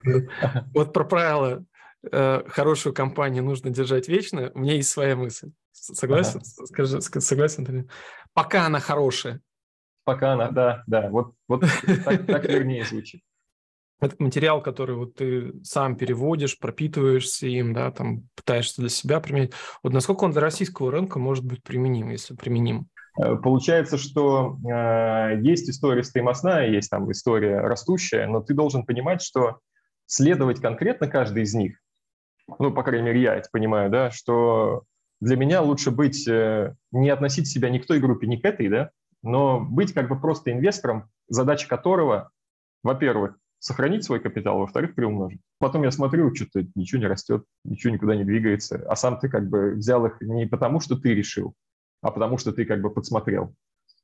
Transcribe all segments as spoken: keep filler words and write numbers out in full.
Вот про правила. Э, Хорошую компанию нужно держать вечно. У меня есть своя мысль. С- Согласен? Ага. Скажи, ск- согласен ты? Пока она хорошая. Пока она, да, да, вот, вот так, так вернее звучит. Этот материал, который вот ты сам переводишь, пропитываешься им, да, там пытаешься для себя применять. Вот насколько он для российского рынка может быть применим, если применим? Э, Получается, что э, есть история стоимостная, есть там история растущая, но ты должен понимать, что следовать конкретно каждой из них, ну, по крайней мере, я это понимаю, да, что для меня лучше быть, э, не относить себя ни к той группе, ни к этой, да, но быть как бы просто инвестором, задача которого, во-первых, сохранить свой капитал, во-вторых, приумножить. Потом я смотрю, что-то ничего не растет, ничего никуда не двигается, а сам ты как бы взял их не потому, что ты решил, а потому что ты как бы подсмотрел.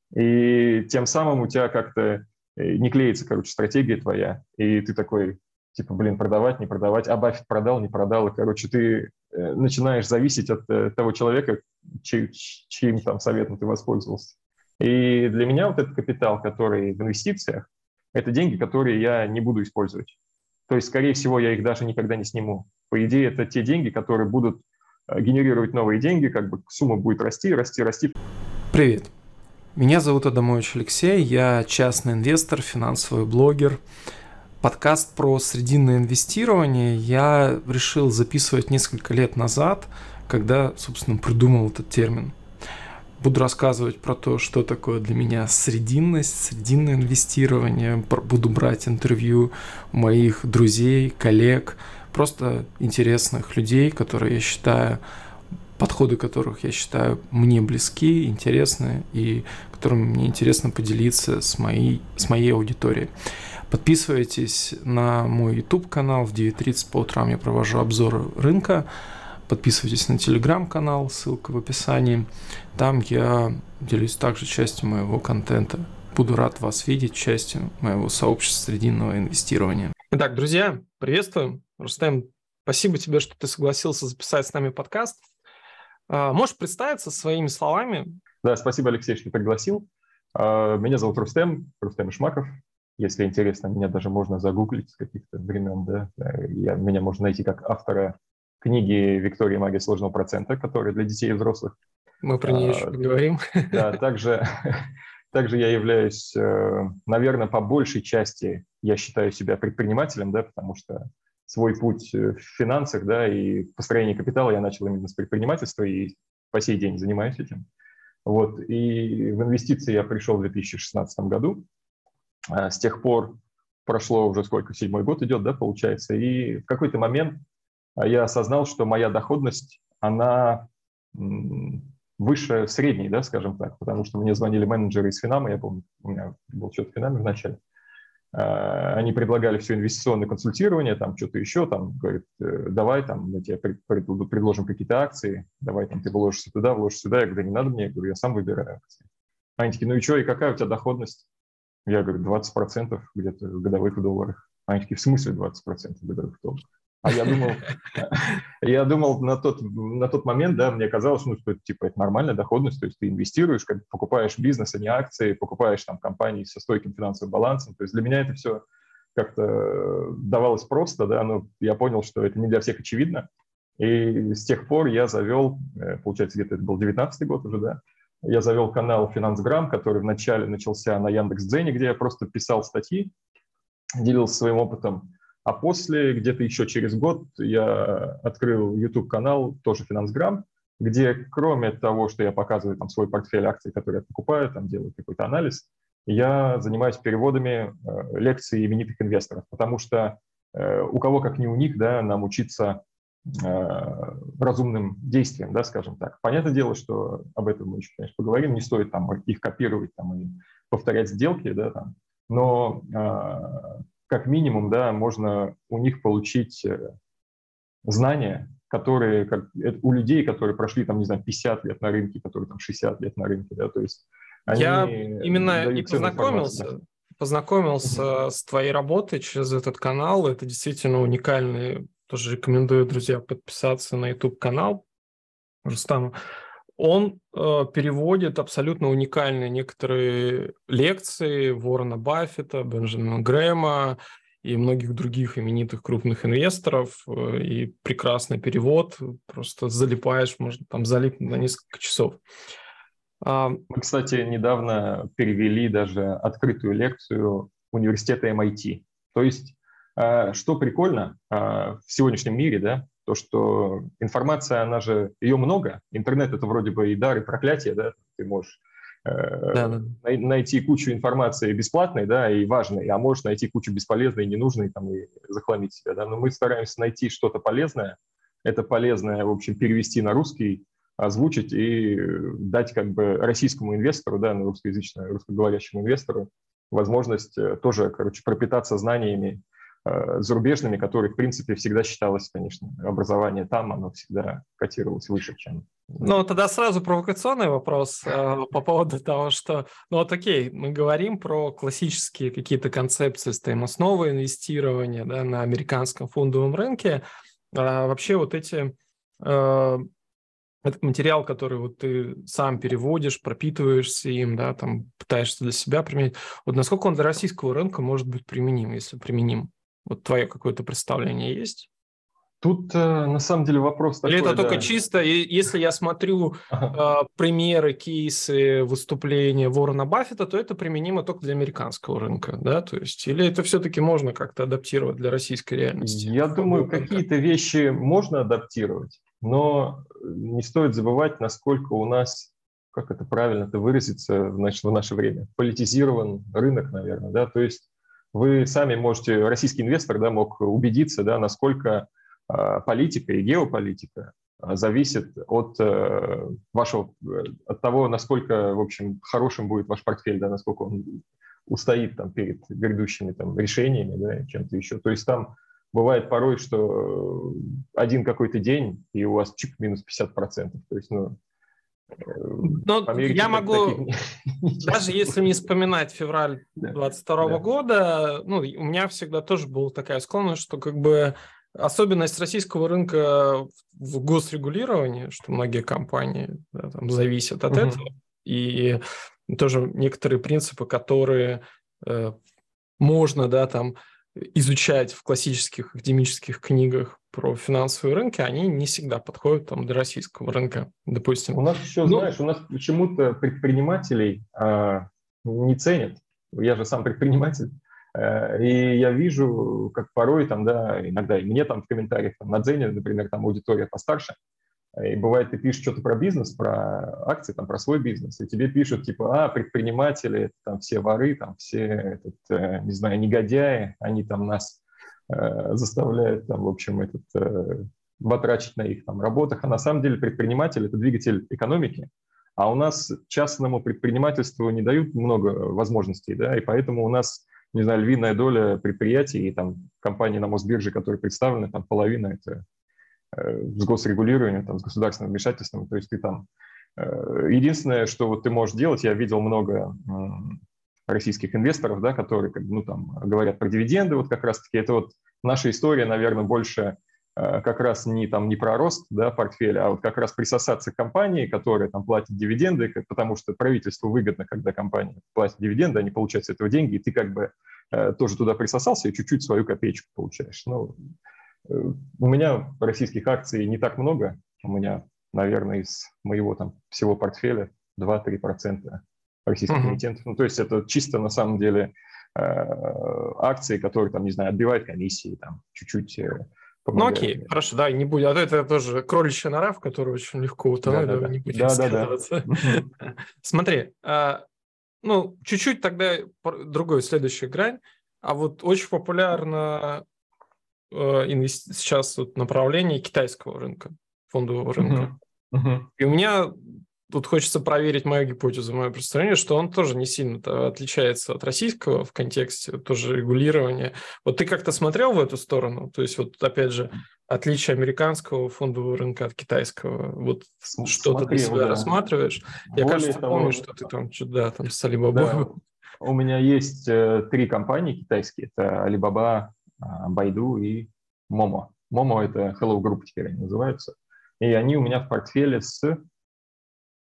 И тем самым у тебя как-то э, не клеится, короче, стратегия твоя, и ты такой, типа, блин, продавать, не продавать, а Баффет продал, не продал, и, короче, ты э, начинаешь зависеть от э, того человека, чьим, чьим там советом ты воспользовался. И для меня вот этот капитал, который в инвестициях, это деньги, которые я не буду использовать. То есть, скорее всего, я их даже никогда не сниму. По идее, это те деньги, которые будут э, генерировать новые деньги, как бы сумма будет расти, расти, расти. Привет. Меня зовут Адамович Алексей, я частный инвестор, финансовый блогер. Подкаст про срединное инвестирование я решил записывать несколько лет назад, когда, собственно, придумал этот термин. Буду рассказывать про то, что такое для меня срединность, срединное инвестирование. Буду брать интервью у моих друзей, коллег, просто интересных людей, которые я считаю, подходы которых я считаю мне близки, интересны и которыми мне интересно поделиться с моей, с моей аудиторией. Подписывайтесь на мой YouTube-канал, в девять тридцать по утрам я провожу обзоры рынка. Подписывайтесь на телеграм-канал, ссылка в описании. Там я делюсь также частью моего контента. Буду рад вас видеть частью моего сообщества срединного инвестирования. Итак, друзья, приветствую. Рустем, спасибо тебе, что ты согласился записать с нами подкаст. Можешь представиться своими словами? Да, спасибо, Алексей, что пригласил. Меня зовут Рустем, Рустем Ишмаков. Если интересно, меня даже можно загуглить с каких-то времен. Да? Я, меня можно найти как автора книги «Виктория. Магия сложного процента», которая для детей и взрослых. Мы про нее еще поговорим. Да, также, также я являюсь, наверное, по большей части, я считаю себя предпринимателем, да, потому что свой путь в финансах, да, и построение капитала я начал именно с предпринимательства и по сей день занимаюсь этим. Вот, и в инвестиции я пришел в две тысячи шестнадцатом году. С тех пор прошло уже сколько, седьмой год идет, да, получается, и в какой-то момент я осознал, что моя доходность, она выше средней, да, скажем так, потому что мне звонили менеджеры из Финама, я помню, у меня был счет в Финаме вначале, они предлагали все инвестиционное консультирование, там что-то еще, там, говорит, давай, там, мы тебе предложим какие-то акции, давай, там, ты вложишься туда, вложишься сюда, я говорю, не надо мне, я говорю, я сам выбираю акции. Они такие, ну и что, и какая у тебя доходность? Я говорю, двадцать процентов где-то годовых в долларах. Они такие, в смысле двадцать процентов годовых в долларах? А я думал, я думал на тот, на тот момент, да, мне казалось, ну, что типа, это нормальная доходность, то есть ты инвестируешь, как покупаешь бизнес, а не акции, покупаешь там компании со стойким финансовым балансом. То есть для меня это все как-то давалось просто, да, но я понял, что это не для всех очевидно. И с тех пор я завел, получается, где-то это был девятнадцатый год уже, да, я завел канал «Финансграм», который вначале начался на Яндекс.Дзене, где я просто писал статьи, делился своим опытом. А после, где-то еще через год, я открыл YouTube-канал, тоже «Финансграм», где кроме того, что я показываю там свой портфель акций, которые я покупаю, там делаю какой-то анализ, я занимаюсь переводами э, лекций именитых инвесторов, потому что э, у кого, как не у них, да, нам учиться разумным действием, да, скажем так. Понятное дело, что об этом мы еще, конечно, поговорим, не стоит там их копировать там, и повторять сделки, да, там, но э, как минимум, да, можно у них получить знания, которые как, у людей, которые прошли, там, не знаю, пятьдесят лет на рынке, которые там шестьдесят лет на рынке, да, то есть они Я именно и дают ценную информацию. познакомился, да. познакомился mm-hmm. с твоей работой через этот канал. Это действительно уникальный. Тоже рекомендую, друзья, подписаться на YouTube-канал Рустама. Он э, переводит абсолютно уникальные некоторые лекции Уоррена Баффета, Бенджамина Грэма и многих других именитых крупных инвесторов, и прекрасный перевод, просто залипаешь, можно там залипнуть на несколько часов. Мы, кстати, недавно перевели даже открытую лекцию университета эм ай ти. То есть, что прикольно в сегодняшнем мире, да, то, что информация, она же, ее много, интернет — это вроде бы и дар, и проклятие, да, ты можешь да, да. найти кучу информации бесплатной, да, и важной, а можешь найти кучу бесполезной и ненужной, там, и захламить себя, да, но мы стараемся найти что-то полезное, это полезное, в общем, перевести на русский, озвучить и дать как бы российскому инвестору, да, русскоязычному, русскоговорящему инвестору возможность тоже, короче, пропитаться знаниями э, зарубежными, которые, в принципе, всегда считалось, конечно, образование там, оно всегда котировалось выше, чем... Ну, тогда сразу провокационный вопрос э, по поводу того, что, ну вот окей, мы говорим про классические какие-то концепции стоимостного инвестирования, да, на американском фондовом рынке, а вообще вот эти... Э, этот материал, который вот ты сам переводишь, пропитываешься им, да, там пытаешься для себя применить. Вот насколько он для российского рынка может быть применим, если применим? Вот твое какое-то представление есть? Тут э, на самом деле вопрос такой, Или это да. только чисто, если я смотрю ага. э, примеры, кейсы, выступления Уоррена Баффета, то это применимо только для американского рынка, да, то есть, или это все-таки можно как-то адаптировать для российской реальности? Я думаю, какие-то вещи можно адаптировать, но не стоит забывать, насколько у нас, как это правильно-то выразиться, значит, в наше время, политизирован рынок, наверное, да, то есть вы сами можете, российский инвестор, да, мог убедиться, да, насколько э, политика и геополитика э, зависит от э, вашего, от того, насколько, в общем, хорошим будет ваш портфель, да, насколько он устоит там перед грядущими там решениями, да, чем-то еще. То есть там бывает порой, что один какой-то день, и у вас чик минус пятьдесят процентов. То есть, ну, но я могу, даже если не вспоминать февраль двадцать второго да. года, ну, у меня всегда тоже была такая склонность, что как бы особенность российского рынка в госрегулировании, что многие компании да, там, зависят от uh-huh. этого, и тоже некоторые принципы, которые э, можно, да, там, изучать в классических академических книгах про финансовые рынки, они не всегда подходят там, для российского рынка, допустим. У нас еще, ну, знаешь, у нас почему-то предпринимателей а, не ценят. Я же сам предприниматель, а, и я вижу, как порой там, да, иногда и мне там в комментариях там, на Дзене, например, там аудитория постарше, и бывает, ты пишешь что-то про бизнес, про акции, там, про свой бизнес, и тебе пишут, типа, а, предприниматели, там, все воры, там, все, этот, э, не знаю, негодяи, они там нас э, заставляют, там, в общем, этот, э, батрачить на их там работах. А на самом деле предприниматель – это двигатель экономики, а у нас частному предпринимательству не дают много возможностей, да, и поэтому у нас, не знаю, львиная доля предприятий и там компаний на Мосбирже, которые представлены, там половина – это с госрегулированием, там, с государственным вмешательством, то есть ты там... Единственное, что вот ты можешь делать, я видел много российских инвесторов, да, которые как, ну, там, говорят про дивиденды, вот как раз-таки это вот наша история, наверное, больше как раз не, там, не про рост да, портфеля, а вот как раз присосаться к компании, которая там платит дивиденды, потому что правительству выгодно, когда компания платит дивиденды, они получают с этого деньги, и ты как бы тоже туда присосался и чуть-чуть свою копеечку получаешь. Ну, у меня российских акций не так много. У меня, наверное, из моего там всего портфеля два-три процента российских uh-huh. эмитентов. Ну, то есть это чисто на самом деле э, акции, которые там, не знаю, отбивают комиссии, там чуть-чуть э, помогают. Ну окей, хорошо, да, не будем. А то это тоже кроличья нора, в которую очень легко утонуть, да, да, не будем да, сказываться. Да, да. Смотри, ну, чуть-чуть тогда другой, следующая грань. А вот очень популярно сейчас вот направление китайского рынка, фондового рынка. Uh-huh. Uh-huh. И у меня тут хочется проверить мою гипотезу, мое представление, что он тоже не сильно отличается от российского в контексте тоже регулирования. Вот ты как-то смотрел в эту сторону? То есть вот опять же отличие американского фондового рынка от китайского. Вот Смотрел, что ты для себя да. рассматриваешь? Я, Более кажется, того, помню, что ты там что-то да, там с Alibaba. Да. У меня есть э, три компании китайские. Это Alibaba, Байду и Момо. Момо – это Hello Group теперь они называются. И они у меня в портфеле с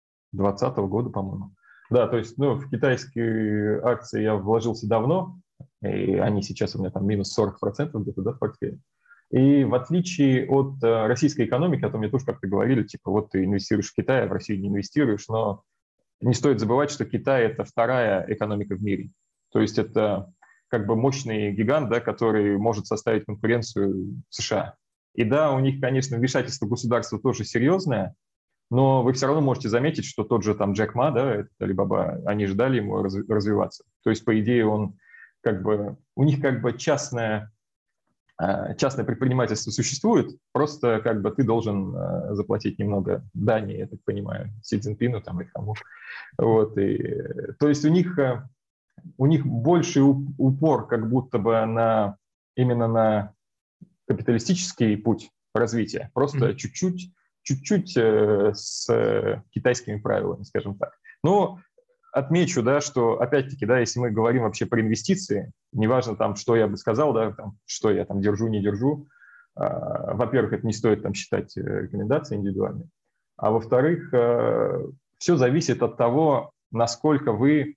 двадцатого года, по-моему. Да, то есть ну, в китайские акции я вложился давно, и они сейчас у меня там минус сорок процентов где-то, да, в портфеле. И в отличие от э, российской экономики, о том мне тоже как-то говорили, типа, вот ты инвестируешь в Китай, а в Россию не инвестируешь, но не стоит забывать, что Китай – это вторая экономика в мире. То есть это как бы мощный гигант, да, который может составить конкуренцию США. И да, у них, конечно, вмешательство государства тоже серьезное, но вы все равно можете заметить, что тот же там Джек Ма, да, этот Алибаба, они же дали ему раз, развиваться. То есть, по идее, он как бы, у них как бы частное, частное предпринимательство существует, просто как бы ты должен заплатить немного дани, я так понимаю, Си Цзиньпину там и кому. Вот, и, то есть у них, у них больший упор как будто бы на, именно на капиталистический путь развития, просто mm-hmm. чуть-чуть, чуть-чуть э, с китайскими правилами, скажем так. Но отмечу, да, что опять-таки, да, если мы говорим вообще про инвестиции, неважно там, что я бы сказал, да, там, что я там держу, не держу, э, во-первых, это не стоит там считать рекомендации индивидуальные, а во-вторых, э, все зависит от того, насколько вы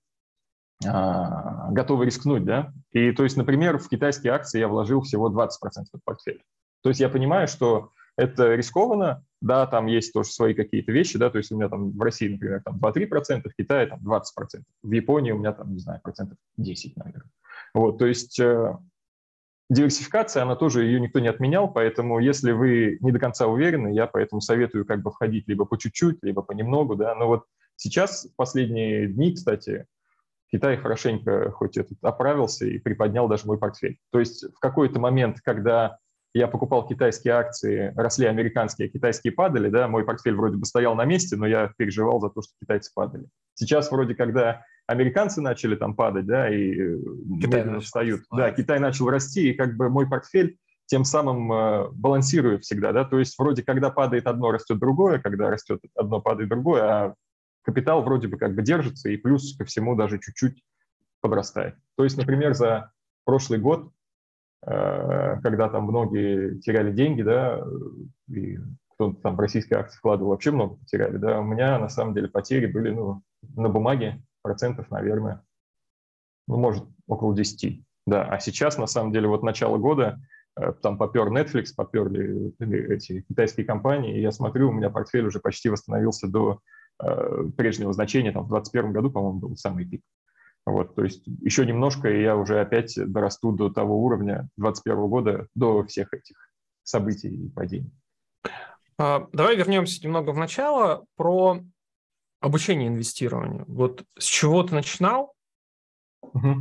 готовы рискнуть, да, и то есть, например, в китайские акции я вложил всего двадцать процентов в портфель. То есть я понимаю, что это рискованно, да, там есть тоже свои какие-то вещи, да, то есть у меня там в России, например, там два-три процента, в Китае там двадцать процентов, в Японии у меня там, не знаю, процентов десять, наверное. Вот, то есть э, диверсификация, она тоже, ее никто не отменял, поэтому если вы не до конца уверены, я поэтому советую как бы входить либо по чуть-чуть, либо понемногу, да, но вот сейчас, в последние дни, кстати, Китай хорошенько хоть этот оправился и приподнял даже мой портфель. То есть в какой-то момент, когда я покупал китайские акции, росли американские, а китайские падали, да, мой портфель вроде бы стоял на месте, но я переживал за то, что китайцы падали. Сейчас вроде, когда американцы начали там падать, да, и Китай медленно встают, да, Китай начал расти, и как бы мой портфель тем самым э, балансирует всегда, да, то есть вроде когда падает одно, растет другое, когда растет одно, падает другое, а капитал вроде бы как бы держится, и плюс ко всему даже чуть-чуть подрастает. То есть, например, за прошлый год, э, когда там многие теряли деньги, да, и кто-то там в российские акции вкладывал, вообще много потеряли, да, у меня на самом деле потери были, ну, на бумаге процентов, наверное, ну, может, около десяти, да, а сейчас, на самом деле, вот начало года, э, там попер Netflix, поперли эти китайские компании, и я смотрю, у меня портфель уже почти восстановился до прежнего значения, там в двадцать первом году, по-моему, был самый пик. Вот, то есть еще немножко, и я уже опять дорасту до того уровня двадцать первого года, до всех этих событий и падений. Давай вернемся немного в начало про обучение инвестированию. Вот с чего ты начинал? Угу.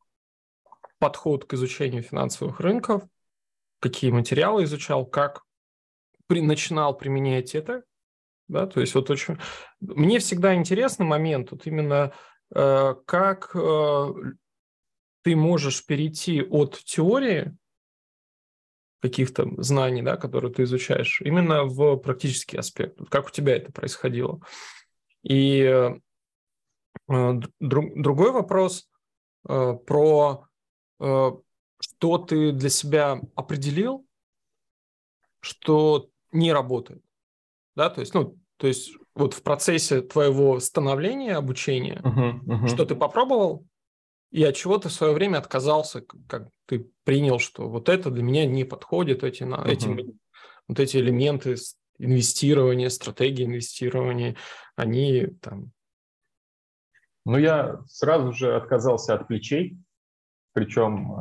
Подход к изучению финансовых рынков, какие материалы изучал, как при, начинал применять это? Да, то есть вот очень... Мне всегда интересный момент, вот именно э, как э, ты можешь перейти от теории каких-то знаний, да, которые ты изучаешь, именно в практический аспект. Вот как у тебя это происходило? И э, друг, другой вопрос э, про э, что ты для себя определил, что не работает. Да, то есть, ну, то есть вот в процессе твоего становления, обучения, uh-huh, uh-huh. что ты попробовал, и от чего ты в свое время отказался, как ты принял, что вот это для меня не подходит, эти, uh-huh. эти, вот эти элементы инвестирования, стратегии инвестирования, они там... Ну, я сразу же отказался от плечей, причем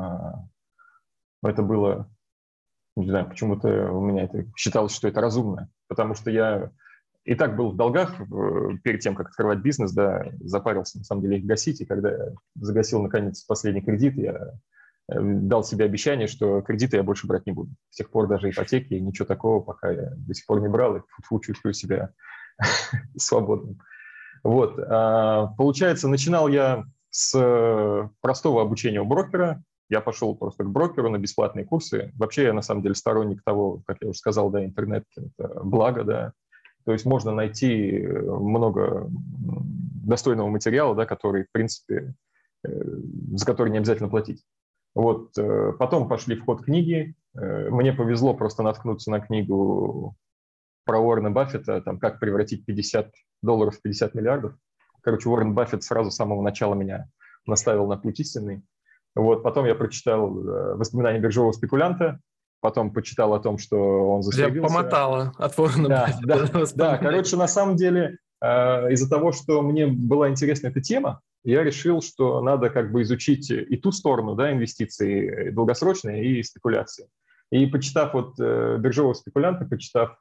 э, это было, не знаю, почему-то у меня это считалось, что это разумно, потому что я и так был в долгах перед тем, как открывать бизнес, да, запарился, на самом деле, их гасить, и когда я загасил, наконец, последний кредит, я дал себе обещание, что кредиты я больше брать не буду. С тех пор даже ипотеки, ничего такого, пока я до сих пор не брал, и фу-фу, чувствую себя свободным. Вот. Получается, начинал я с простого обучения у брокера. Я пошел просто к брокеру на бесплатные курсы. Вообще, я на самом деле сторонник того, как я уже сказал, да, интернет – это благо, да. То есть можно найти много достойного материала, да, который, в принципе, за который не обязательно платить. Вот. Потом пошли в ход книги. Мне повезло просто наткнуться на книгу про Уоррена Баффета, там, как превратить пятьдесят долларов в пятьдесят миллиардов. Короче, Уоррен Баффет сразу с самого начала меня наставил на путь истинный. Вот, потом я прочитал «Воспоминания биржевого спекулянта», потом почитал о том, что он застрелился. Помотало от Уоррена Да, да, да, короче, на самом деле, из-за того, что мне была интересна эта тема, я решил, что надо как бы изучить и ту сторону, да, инвестиций долгосрочные и спекуляции. И почитав вот биржевого спекулянта, почитав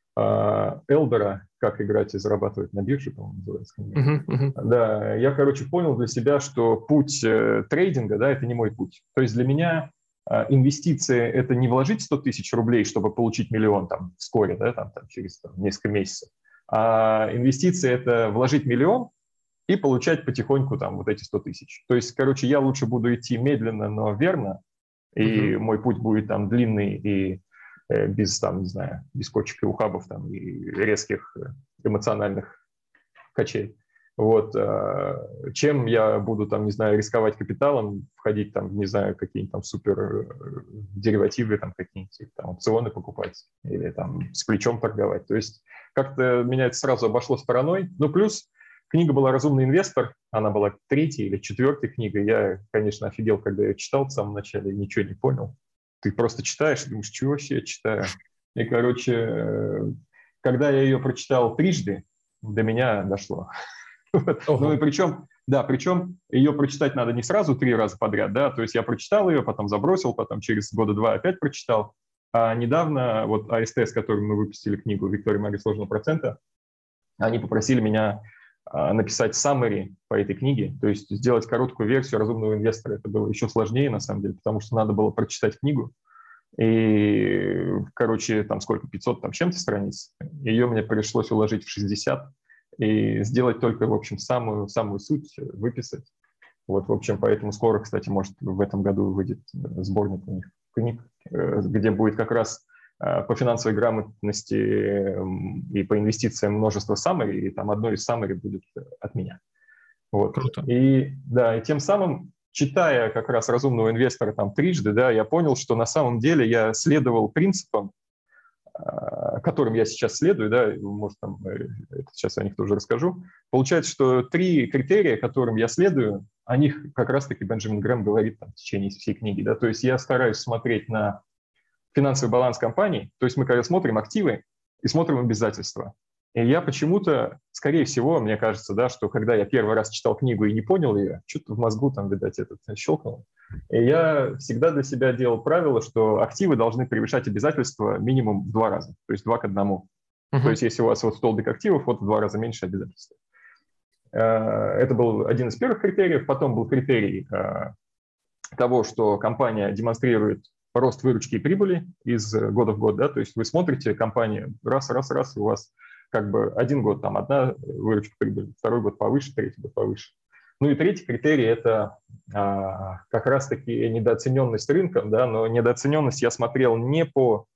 Элдера, как играть и зарабатывать на бирже, по-моему, называется. Uh-huh, uh-huh. Да, я, короче, понял для себя, что путь трейдинга, да, это не мой путь. То есть для меня инвестиции – это не вложить сто тысяч рублей, чтобы получить миллион там вскоре, да, там, там, через там, несколько месяцев. А инвестиции – это вложить миллион и получать потихоньку там вот эти сто тысяч. То есть, короче, я лучше буду идти медленно, но верно, и uh-huh. мой путь будет там длинный и без, там, не знаю, без кочек и ухабов там, и резких эмоциональных качелей. Вот. Чем я буду, там, не знаю, рисковать капиталом, входить, там, не знаю, какие-нибудь там супер деривативы, там, какие-нибудь там, опционы покупать или там с плечом торговать. То есть как-то меня это сразу обошло стороной. Ну, плюс книга была «Разумный инвестор», она была третьей или четвертой книгой. Я, конечно, офигел, когда ее читал в самом начале, ничего не понял. Ты просто читаешь и думаешь, чего вообще я читаю? И, короче, когда я ее прочитал трижды, до меня дошло. Ну и причем, да, причем ее прочитать надо не сразу три раза подряд, да, то есть я прочитал ее, потом забросил, потом через года два опять прочитал. А недавно вот АСТ, с которым мы выпустили книгу «Виктория Мария сложного процента», они попросили меня написать summary по этой книге, то есть сделать короткую версию «Разумного инвестора». Это было еще сложнее, на самом деле, потому что надо было прочитать книгу. И, короче, там сколько, пятьсот там чем-то страниц. Ее мне пришлось уложить в шестьдесят и сделать только, в общем, самую, самую суть, выписать. Вот, в общем, поэтому скоро, кстати, может, в этом году выйдет сборник у них книг, где будет как раз по финансовой грамотности и по инвестициям множество summary, и там одно из summary будет от меня. Вот. Круто. И, да, и тем самым, читая как раз «Разумного инвестора» там трижды, да, я понял, что на самом деле я следовал принципам, которым я сейчас следую, да, может, там, сейчас я о них тоже расскажу. Получается, что три критерия, которым я следую, о них как раз-таки Бенджамин Грэм говорит там, в течение всей книги. Да, то есть я стараюсь смотреть на финансовый баланс компании, то есть мы когда смотрим активы и смотрим обязательства. И я почему-то, скорее всего, мне кажется, да, что когда я первый раз читал книгу и не понял ее, что-то в мозгу там, видать, этот щелкнул. И я всегда для себя делал правило, что активы должны превышать обязательства минимум в два раза, то есть два к одному. Uh-huh. То есть если у вас вот столбик активов, вот в два раза меньше обязательств. Это был один из первых критериев. Потом был критерий того, что компания демонстрирует рост выручки и прибыли из года в год, да, то есть вы смотрите компанию раз, раз, раз, и у вас как бы один год там одна выручка прибыли, второй год повыше, третий год повыше. Ну и третий критерий – это а, как раз-таки недооцененность рынком, да, но недооцененность я смотрел не по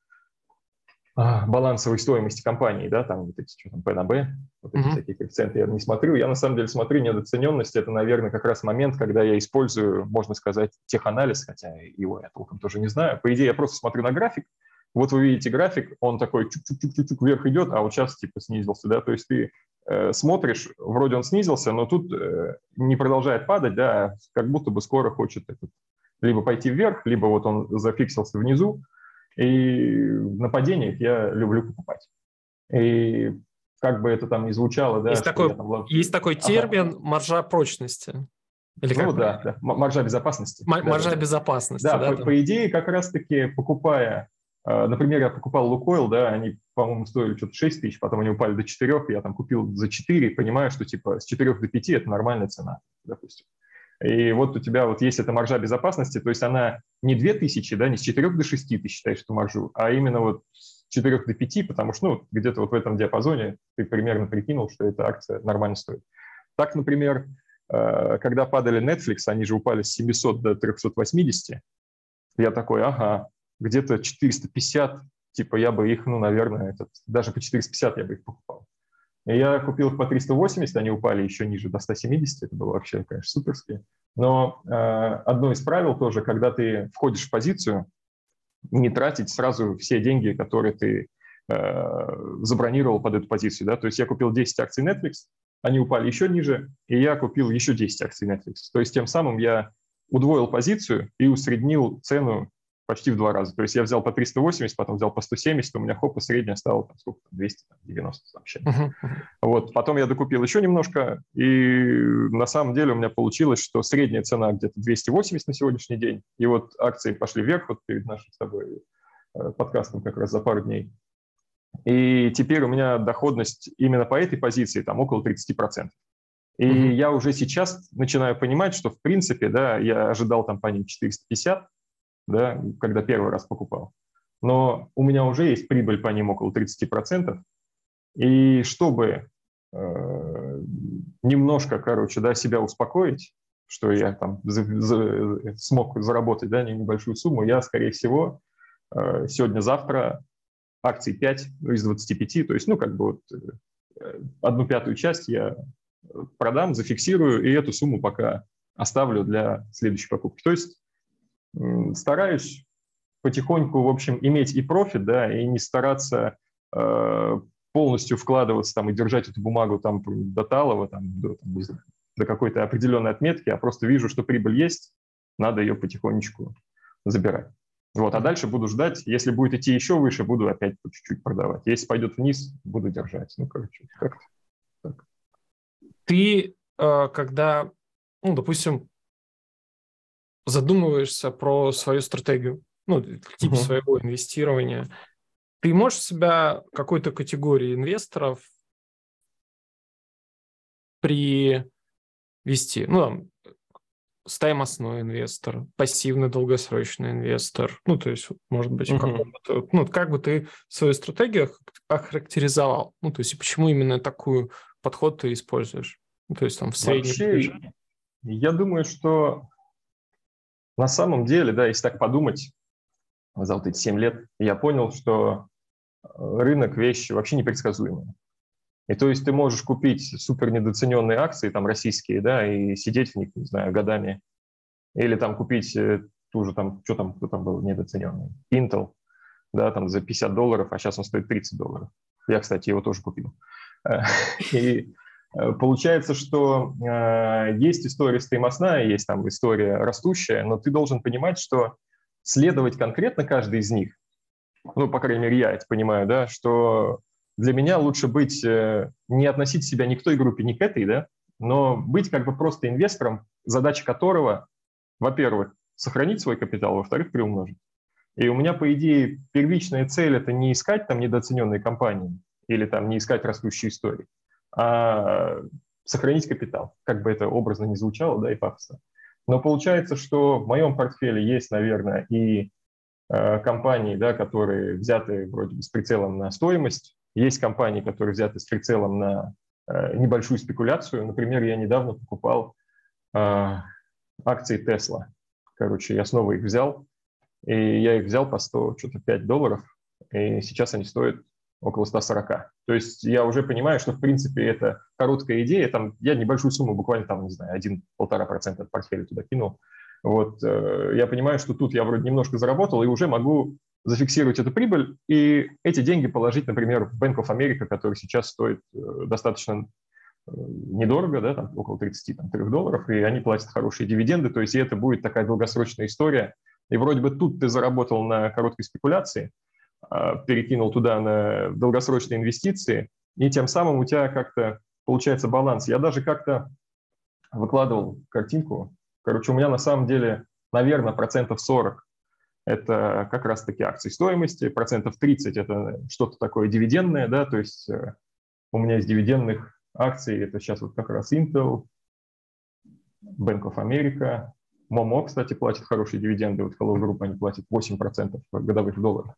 а, балансовой стоимости компании, да, там вот эти, что там, P на B, вот эти mm-hmm. всякие коэффициенты я не смотрю. Я на самом деле смотрю недооцененность, это, наверное, как раз момент, когда я использую, можно сказать, теханализ, хотя его я толком тоже не знаю. По идее, я просто смотрю на график. Вот вы видите график, он такой чук-чук-чук-чук вверх идет, а вот сейчас типа снизился, да, то есть ты э, смотришь, вроде он снизился, но тут э, не продолжает падать, да, как будто бы скоро хочет этот, либо пойти вверх, либо вот он зафиксился внизу, и на падениях я люблю покупать. И как бы это там ни звучало, да. Есть, такой, там... есть такой термин ага. маржа прочности. Или ну да, да, маржа безопасности. М- да, маржа да, безопасности, да. да. По, по идее, как раз-таки покупая, например, я покупал Лукойл, да, они, по-моему, стоили что-то шесть тысяч, потом они упали до четырех, я там купил за четыре, понимаю, что типа с четырех до пяти это нормальная цена, допустим. И вот у тебя вот есть эта маржа безопасности, то есть она не две тысячи, да, не с четырех до шести ты считаешь эту маржу, а именно вот с четырех до пяти, потому что ну, где-то вот в этом диапазоне ты примерно прикинул, что эта акция нормально стоит. Так, например, когда падали Netflix, они же упали с семисот до трехсот восьмидесяти, я такой, ага, где-то четыреста пятьдесят, типа я бы их, ну, наверное, этот, даже по четыреста пятьдесят я бы их покупал. И я купил их по триста восемьдесят, они упали еще ниже до ста семидесяти, это было вообще, конечно, суперски. Но э, одно из правил тоже, когда ты входишь в позицию, не тратить сразу все деньги, которые ты э, забронировал под эту позицию. Да? То есть я купил десять акций Netflix, они упали еще ниже, и я купил еще десять акций Netflix. То есть тем самым я удвоил позицию и усреднил цену почти в два раза. То есть я взял по триста восемьдесят, потом взял по сто семьдесят, у меня хоп, и средняя стала там, сколько, двести девяносто вообще. Uh-huh. Вот, потом я докупил еще немножко, и на самом деле у меня получилось, что средняя цена где-то двести восемьдесят на сегодняшний день, и вот акции пошли вверх вот перед нашим с тобой подкастом как раз за пару дней. И теперь у меня доходность именно по этой позиции там около тридцать процентов. И uh-huh. я уже сейчас начинаю понимать, что в принципе, да, я ожидал там по ним четыреста пятьдесят, да, когда первый раз покупал. Но у меня уже есть прибыль по ним около тридцать процентов. И чтобы э, немножко, короче, да, себя успокоить, что я там за, за, смог заработать, да, небольшую сумму, я, скорее всего, э, сегодня-завтра акций пять из двадцати пяти, то есть, ну, как бы вот э, одну пятую часть я продам, зафиксирую, и эту сумму пока оставлю для следующей покупки. То есть стараюсь потихоньку, в общем, иметь и профит, да, и не стараться э, полностью вкладываться там и держать эту бумагу там до талого, там, до, там, до какой-то определенной отметки, а просто вижу, что прибыль есть, надо ее потихонечку забирать. Вот, а дальше буду ждать, если будет идти еще выше, буду опять по чуть-чуть продавать. Если пойдет вниз, буду держать. Ну, короче, как-то так. Ты, э, когда, ну, допустим, задумываешься про свою стратегию, ну, тип uh-huh. своего инвестирования, ты можешь себя какой-то категории инвесторов привести? Ну, там, стоимостной инвестор, пассивный долгосрочный инвестор, ну, то есть, может быть, uh-huh. ну, как бы ты свою стратегию охарактеризовал? Ну, то есть, почему именно такой подход ты используешь? Ну, то есть, там, в среднем... Вообще, я думаю, что на самом деле, да, если так подумать, за вот эти семь лет я понял, что рынок – вещь вообще непредсказуемая. И то есть ты можешь купить супер недооцененные акции, там, российские, да, и сидеть в них, не знаю, годами. Или там купить ту же, там, что там, кто там был недооцененный? Intel, да, там, за пятьдесят долларов, а сейчас он стоит тридцать долларов. Я, кстати, его тоже купил. И получается, что э, есть история стоимостная, есть там история растущая, но ты должен понимать, что следовать конкретно каждой из них, ну, по крайней мере, я это понимаю, да, что для меня лучше быть, э, не относить себя ни к той группе, ни к этой, да, но быть как бы просто инвестором, задача которого, во-первых, сохранить свой капитал, во-вторых, приумножить. И у меня, по идее, первичная цель – это не искать там недооцененные компании или там не искать растущие истории, а сохранить капитал, как бы это образно ни звучало, да, и пафосно. Но получается, что в моем портфеле есть, наверное, и э, компании, да, которые взяты вроде бы с прицелом на стоимость, есть компании, которые взяты с прицелом на э, небольшую спекуляцию. Например, я недавно покупал э, акции Tesla. Короче, я снова их взял, и я их взял по сто пять долларов, и сейчас они стоят около сто сорок. То есть я уже понимаю, что, в принципе, это короткая идея. Там, я небольшую сумму, буквально, там, не знаю, один-полтора процента от портфеля туда кинул. Вот, э, я понимаю, что тут я вроде немножко заработал и уже могу зафиксировать эту прибыль и эти деньги положить, например, в Bank of America, который сейчас стоит э, достаточно э, недорого, да, там, около тридцать три долларов, и они платят хорошие дивиденды. То есть и это будет такая долгосрочная история. И вроде бы тут ты заработал на короткой спекуляции, перекинул туда на долгосрочные инвестиции, и тем самым у тебя как-то получается баланс. Я даже как-то выкладывал картинку. Короче, у меня на самом деле, наверное, процентов сорок – это как раз-таки акции стоимости, процентов тридцать – это что-то такое дивидендное, да, то есть у меня из дивидендных акций это сейчас вот как раз Intel, Bank of America, Momo, кстати, платит хорошие дивиденды, вот Hello Group, они платят восемь процентов годовых в долларах.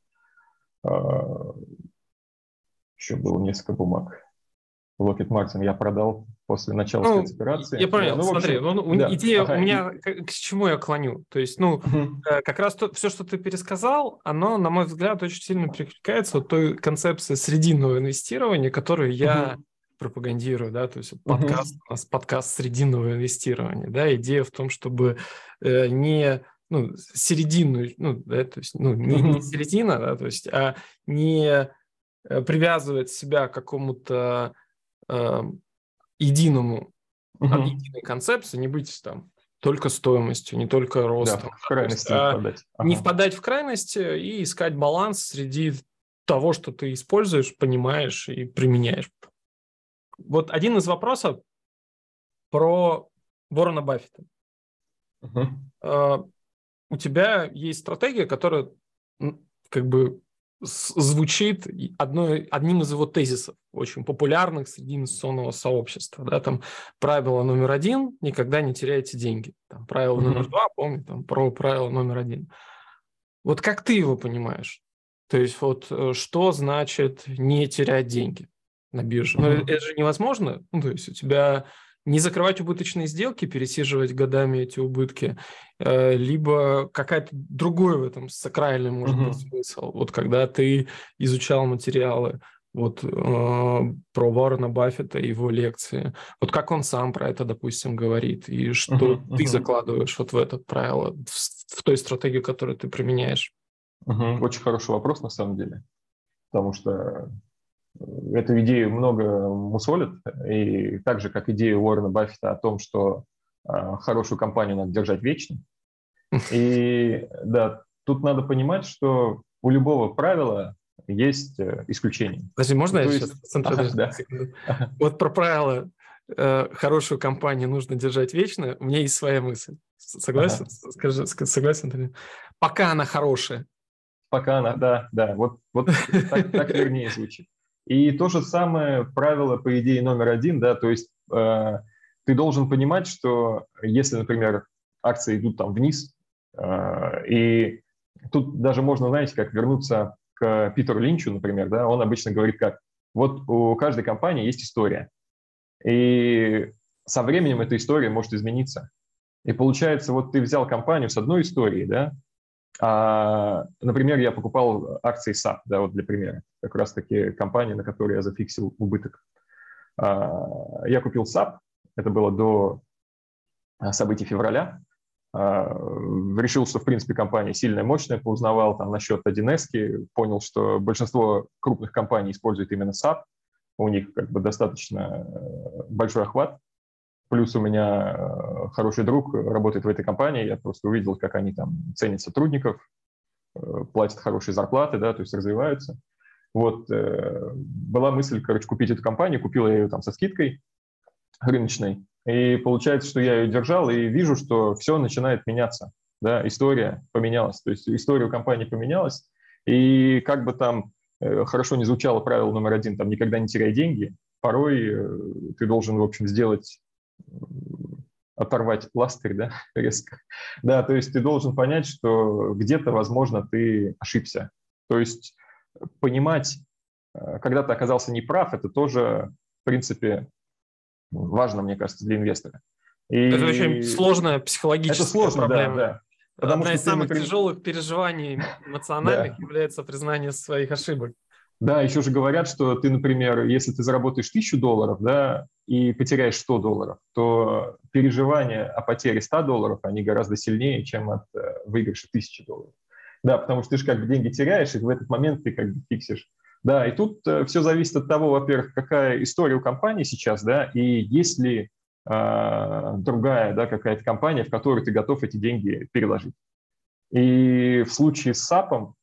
Еще было несколько бумаг. Lockheed Martin я продал после начала ну, спецоперации. Я понял, да, ну, смотри, общем, ну, да. идея ага. у меня, к, к чему я клоню. То есть, ну, угу. как раз то, все, что ты пересказал, оно, на мой взгляд, очень сильно перекликается от той концепции срединного инвестирования, которую я угу. пропагандирую, да, то есть угу. подкаст, у нас подкаст срединного инвестирования, да, идея в том, чтобы э, не... ну, серединную, ну, да, то есть, ну, не, не середина, да, то есть, а не привязывать себя к какому-то э, единому, uh-huh. единой концепции, не быть там только стоимостью, не только ростом. Да, в крайности да, не а впадать. Ага. Не впадать в крайности и искать баланс среди того, что ты используешь, понимаешь и применяешь. Вот один из вопросов про Уоррена Баффета. Угу. У тебя есть стратегия, которая как бы звучит одной, одним из его тезисов, очень популярных среди инвестиционного сообщества. Да, там правило номер один – никогда не теряйте деньги. Там, правило uh-huh. номер два, помню, там, про правило номер один. Вот как ты его понимаешь? То есть вот что значит не терять деньги на бирже? Uh-huh. Ну, это же невозможно. Ну, то есть у тебя не закрывать убыточные сделки, пересиживать годами эти убытки, либо какая-то другой в этом сакральный может uh-huh. быть смысл. Вот когда ты изучал материалы вот, э, про Уоррена Баффета и его лекции, вот как он сам про это, допустим, говорит, и что uh-huh. ты закладываешь вот в это правило, в, в той стратегии, которую ты применяешь? Uh-huh. Очень хороший вопрос, на самом деле, потому что эту идею много мусолят, и так же, как идею Уоррена Баффета о том, что э, хорошую компанию надо держать вечно. И да, тут надо понимать, что у любого правила есть э, исключения. Подожди, можно ну, я есть... сейчас? Ага, да. Ага. Вот про правила э, хорошую компанию нужно держать вечно, у меня есть своя мысль. Согласен? Ага. Скажи, согласен? Пока она хорошая. Пока она, да, да, вот, вот так, так вернее звучит. И то же самое правило, по идее, номер один, да, то есть э, ты должен понимать, что если, например, акции идут там вниз, э, и тут даже можно, знаете, как вернуться к Питеру Линчу, например, да, он обычно говорит как, вот у каждой компании есть история, и со временем эта история может измениться. И получается, вот ты взял компанию с одной историей, да, А, например, я покупал акции сап, да, вот для примера, как раз-таки компания, на которой я зафиксил убыток. А, я купил сап, это было до событий февраля, а, решил, что, в принципе, компания сильная, мощная, поузнавал там насчет один эс, понял, что большинство крупных компаний используют именно сап, у них как бы достаточно большой охват. Плюс у меня хороший друг работает в этой компании, я просто увидел, как они там ценят сотрудников, платят хорошие зарплаты, да, то есть развиваются. Вот, э, была мысль, короче, купить эту компанию, купил я ее там со скидкой рыночной, и получается, что я ее держал, и вижу, что все начинает меняться, да, история поменялась, то есть история у компании поменялась, и как бы там э, хорошо не звучало правило номер один, там, никогда не теряй деньги, порой э, ты должен, в общем, сделать оторвать пластырь, да, резко. Да, то есть ты должен понять, что где-то, возможно, ты ошибся. То есть понимать, когда ты оказался неправ, это тоже, в принципе, важно, мне кажется, для инвестора. И это очень сложная психологическая это сложно, проблема. Да, да. Потому Одна что из самых например... тяжелых переживаний эмоциональных является признание своих ошибок. Да, еще же говорят, что ты, например, если ты заработаешь тысячу долларов, да, и потеряешь сто долларов, то переживания о потере ста долларов, они гораздо сильнее, чем от э, выигрыша тысячи долларов. Да, потому что ты же как бы деньги теряешь, и в этот момент ты как бы фиксишь. Да, и тут э, все зависит от того, во-первых, какая история у компании сейчас, да, и есть ли э, другая, да, какая-то компания, в которую ты готов эти деньги переложить. И в случае с сапом,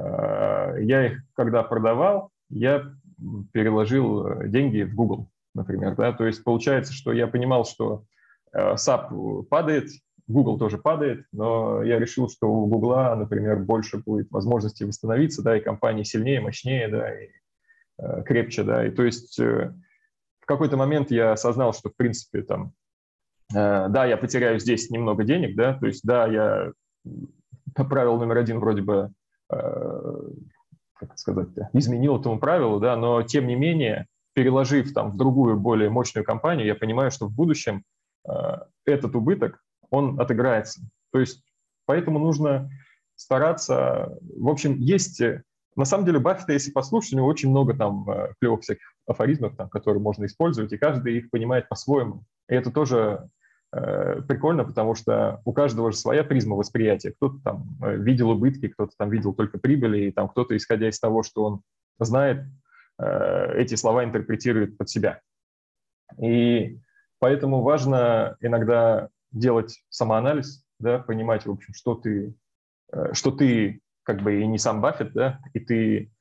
я их, когда продавал, я переложил деньги в Google, например. Да? То есть получается, что я понимал, что сап падает, Google тоже падает, но я решил, что у Google, например, больше будет возможности восстановиться, да, и компания сильнее, мощнее, да, и э, крепче. Да? И то есть э, в какой-то момент я осознал, что, в принципе, там, э, да, я потеряю здесь немного денег, да, то есть, да, я по правилу номер один вроде бы как сказать, изменил этому правилу, да, но тем не менее, переложив там в другую, более мощную компанию, я понимаю, что в будущем э, этот убыток, он отыграется. То есть поэтому нужно стараться, в общем, есть, на самом деле, Баффета, если послушать, у него очень много там клевых всяких афоризмов, там, которые можно использовать, и каждый их понимает по-своему. И это тоже прикольно, потому что у каждого же своя призма восприятия. Кто-то там видел убытки, кто-то там видел только прибыли, и там кто-то, исходя из того, что он знает, эти слова интерпретирует под себя. И поэтому важно иногда делать самоанализ, да, понимать, в общем, что ты, что ты как бы и не сам Баффет, да, и ты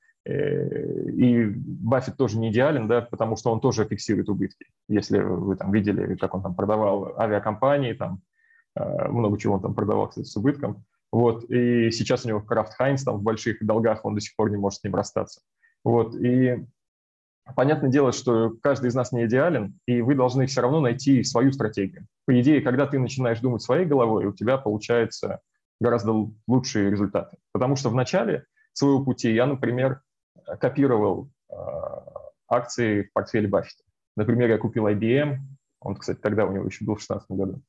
и Баффет тоже не идеален, да, потому что он тоже фиксирует убытки. Если вы там видели, как он там продавал авиакомпании, там много чего он там продавал, кстати, с убытком. Вот, и сейчас у него Kraft Heinz там в больших долгах, он до сих пор не может с ним расстаться. Вот, и понятное дело, что каждый из нас не идеален, и вы должны все равно найти свою стратегию. По идее, когда ты начинаешь думать своей головой, у тебя получается гораздо лучшие результаты. Потому что в начале своего пути я, например, копировал э, акции в портфеле Баффета. Например, я купил ай би эм, он, кстати, тогда у него еще был в две тысячи шестнадцатом году,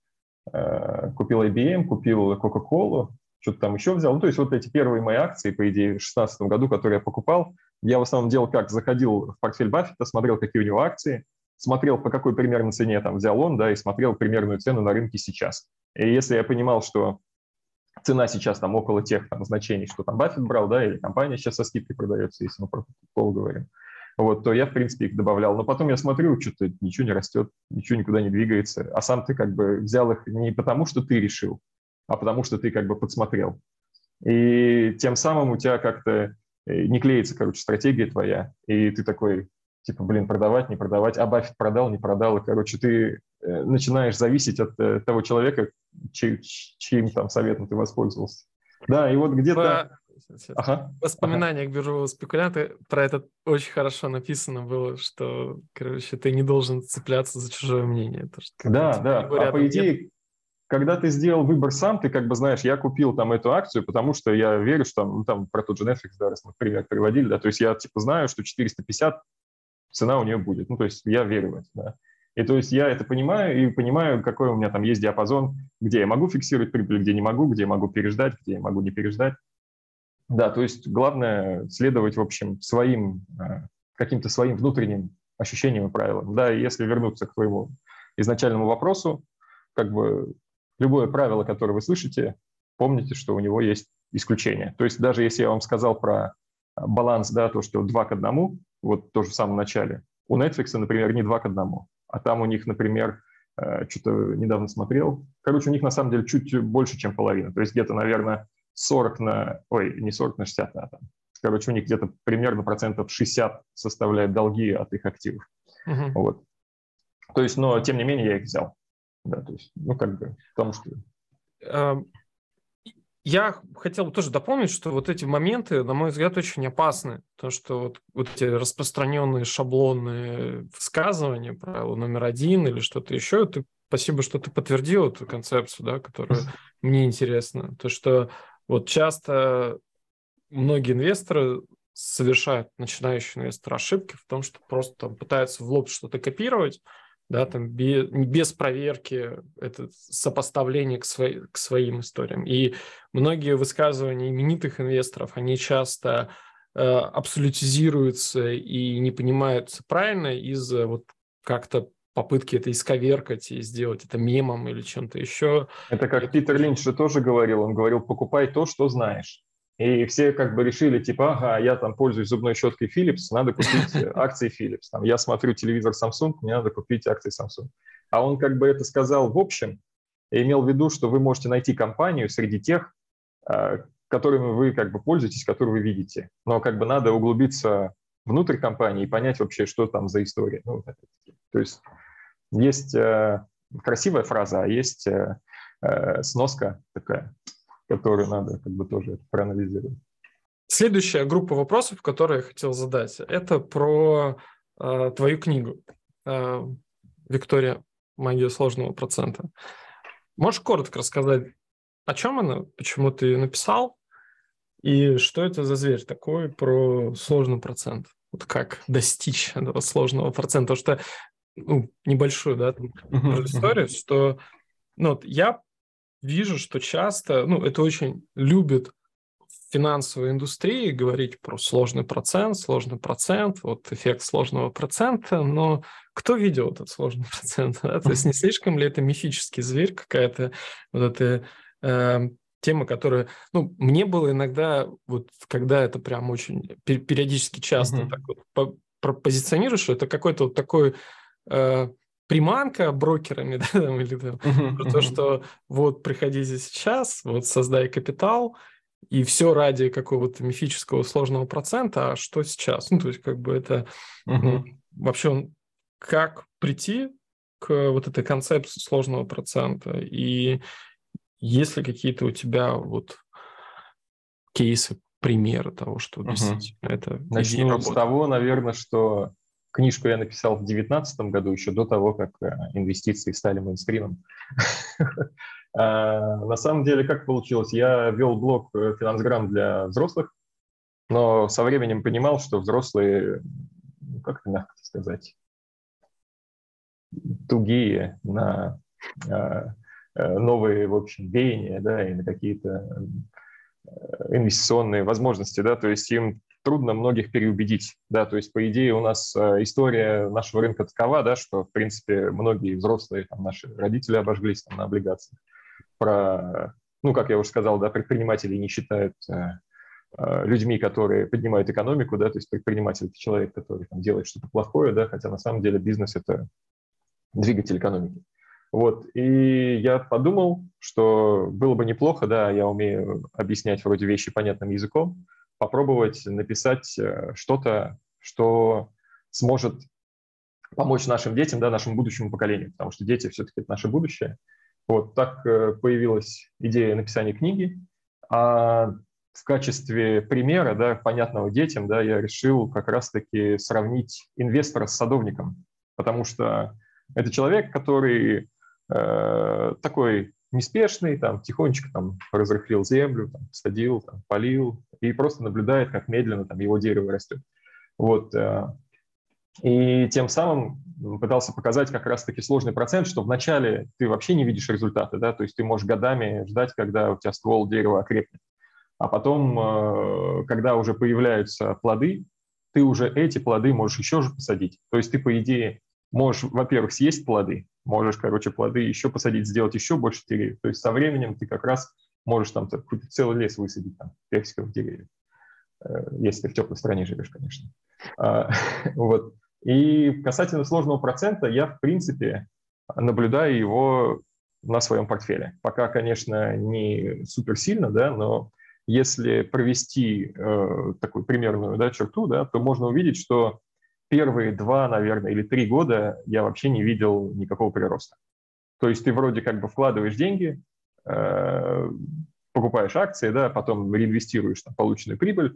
э, купил ай би эм, купил Coca-Cola, что-то там еще взял. Ну, то есть вот эти первые мои акции, по идее, в две тысячи шестнадцатом году, которые я покупал, я в основном делал как? Заходил в портфель Баффета, смотрел, какие у него акции, смотрел, по какой примерно цене там взял он, да, и смотрел примерную цену на рынке сейчас. И если я понимал, что цена сейчас там около тех там, значений, что там Баффет брал, да, или компания сейчас со скидкой продается, если мы про пол говорим, вот, то я, в принципе, их добавлял. Но потом я смотрю, что-то ничего не растет, ничего никуда не двигается, а сам ты как бы взял их не потому, что ты решил, а потому что ты как бы подсмотрел. И тем самым у тебя как-то не клеится, короче, стратегия твоя, и ты такой, типа, блин, продавать, не продавать, а Баффет продал, не продал, и, короче, ты начинаешь зависеть от э, того человека, чьим, чьим там советом ты воспользовался. Да, и вот где-то... Ага, в воспоминаниях ага. биржевого спекулянта про это очень хорошо написано было, что, короче, ты не должен цепляться за чужое мнение. То, что, да, да, а по идее, нет... когда ты сделал выбор сам, ты как бы знаешь, я купил там эту акцию, потому что я верю, что там, ну, там про тот же Netflix, да, раз мы пример приводили, да, то есть я типа знаю, что четыреста пятьдесят цена у нее будет, ну, то есть я верю в это, да. И то есть я это понимаю и понимаю, какой у меня там есть диапазон, где я могу фиксировать прибыль, где не могу, где я могу переждать, где я могу не переждать. Да, то есть главное следовать, в общем, своим, каким-то своим внутренним ощущениям и правилам. Да, и если вернуться к твоему изначальному вопросу, как бы любое правило, которое вы слышите, помните, что у него есть исключение. То есть даже если я вам сказал про баланс, да, то, что два к одному, вот тоже в самом начале, у Netflix, например, не два к одному, а там у них, например, что-то недавно смотрел, короче, у них на самом деле чуть больше, чем половина, то есть где-то, наверное, сорок на, ой, не сорок на шестьдесят, а там, короче, у них где-то примерно процентов шестьдесят составляют долги от их активов. Uh-huh. Вот. То есть, но тем не менее я их взял. Да, то есть, ну, как бы, потому что... Uh, я хотел бы тоже дополнить, что вот эти моменты, на мой взгляд, очень опасны. То, что вот, вот эти распространенные шаблонные высказывания, правило номер один или что-то еще, ты, спасибо, что ты подтвердил эту концепцию, да, которая мне интересна. То, что вот часто многие инвесторы совершают, начинающие инвесторы, ошибки в том, что просто там, пытаются в лоб что-то копировать, да, там без, без проверки, это сопоставление к, свои, к своим историям. И многие высказывания именитых инвесторов, они часто э, абсолютизируются и не понимаются правильно из-за вот как-то попытки это исковеркать и сделать это мемом или чем-то еще. Это как это Питер очень... Линч же тоже говорил, он говорил, покупай то, что знаешь. И все как бы решили, типа, ага, я там пользуюсь зубной щеткой Philips, надо купить акции Philips. Там, я смотрю телевизор Samsung, мне надо купить акции Samsung. А он как бы это сказал в общем, и имел в виду, что вы можете найти компанию среди тех, которыми вы как бы пользуетесь, которые вы видите. Но как бы надо углубиться внутрь компании и понять вообще, что там за история. Ну, то есть есть красивая фраза, а есть сноска такая, которую надо как бы тоже проанализировать. Следующая группа вопросов, которые я хотел задать, это про э, твою книгу э, «Виктория. Магия сложного процента». Можешь коротко рассказать, о чем она, почему ты ее написал, и что это за зверь такой про сложный процент? Вот как достичь этого сложного процента? Потому что, ну, небольшую, да, там, uh-huh, историю, uh-huh. что ну, вот я вижу, что часто, ну, это очень любят в финансовой индустрии говорить про сложный процент, сложный процент, вот эффект сложного процента, но кто видел этот сложный процент? Да? То есть не слишком ли это мифический зверь, какая-то вот эта э, тема, которая, ну, мне было иногда, вот когда это прям очень периодически часто uh-huh. так вот позиционируешь, что это какой-то вот такой... Э, приманка брокерами, да, там, или там, Мгм, про то, мгм. что вот приходите сейчас, вот создай капитал, и все ради какого-то мифического сложного процента, а что сейчас? Ну, то есть, как бы это м, Мгм. вообще он- как прийти к вот этой концепции сложного процента, и есть ли какие-то у тебя вот кейсы, примеры того, что Мгм. действительно эта идея Начну с работает? того, наверное, что книжку я написал в девятнадцатом году, еще до того, как э, инвестиции стали мейнстримом. А, На самом деле, как получилось? Я вел блог э, «Финансграм» для взрослых, но со временем понимал, что взрослые, ну, как это мягко сказать, тугие на э, э, новые, в общем, веяния, да, и на какие-то инвестиционные возможности, да, то есть им трудно многих переубедить, да, то есть, по идее, у нас э, история нашего рынка такова, да, что, в принципе, многие взрослые, там, наши родители обожглись там, на облигациях. Про, ну, как я уже сказал, да, предприниматели не считают э, э, людьми, которые поднимают экономику, да, то есть предприниматель – это человек, который там, делает что-то плохое, да, хотя на самом деле бизнес – это двигатель экономики. Вот. И я подумал, что было бы неплохо, да, я умею объяснять вроде вещи понятным языком, попробовать написать э, что-то, что сможет помочь нашим детям, да, нашему будущему поколению, потому что дети все-таки это наше будущее. Вот так э, появилась идея написания книги, а в качестве примера, да, понятного детям, да, я решил как раз-таки сравнить инвестора с садовником, потому что это человек, который э, такой неспешный, там, тихонечко там, разрыхлил землю, там, садил, там, полил, и просто наблюдает, как медленно там, его дерево растет. Вот, э, и тем самым пытался показать как раз-таки сложный процент, что вначале ты вообще не видишь результаты, да, то есть ты можешь годами ждать, когда у тебя ствол дерева окрепнет. А потом, э, когда уже появляются плоды, ты уже эти плоды можешь еще же посадить. То есть ты, по идее, можешь, во-первых, съесть плоды, можешь, короче, плоды еще посадить, сделать еще больше деревьев. То есть со временем ты как раз можешь там какой-то целый лес высадить, там, персиковых деревьев, э, если ты в теплой стране живешь, конечно. А, вот. И касательно сложного процента, я, в принципе, наблюдаю его на своем портфеле. Пока, конечно, не супер сильно, да, но если провести э, такую примерную, да, черту, да, то можно увидеть, что первые два, наверное, или три года я вообще не видел никакого прироста. То есть ты вроде как бы вкладываешь деньги, э, покупаешь акции, да, потом реинвестируешь там, полученную прибыль,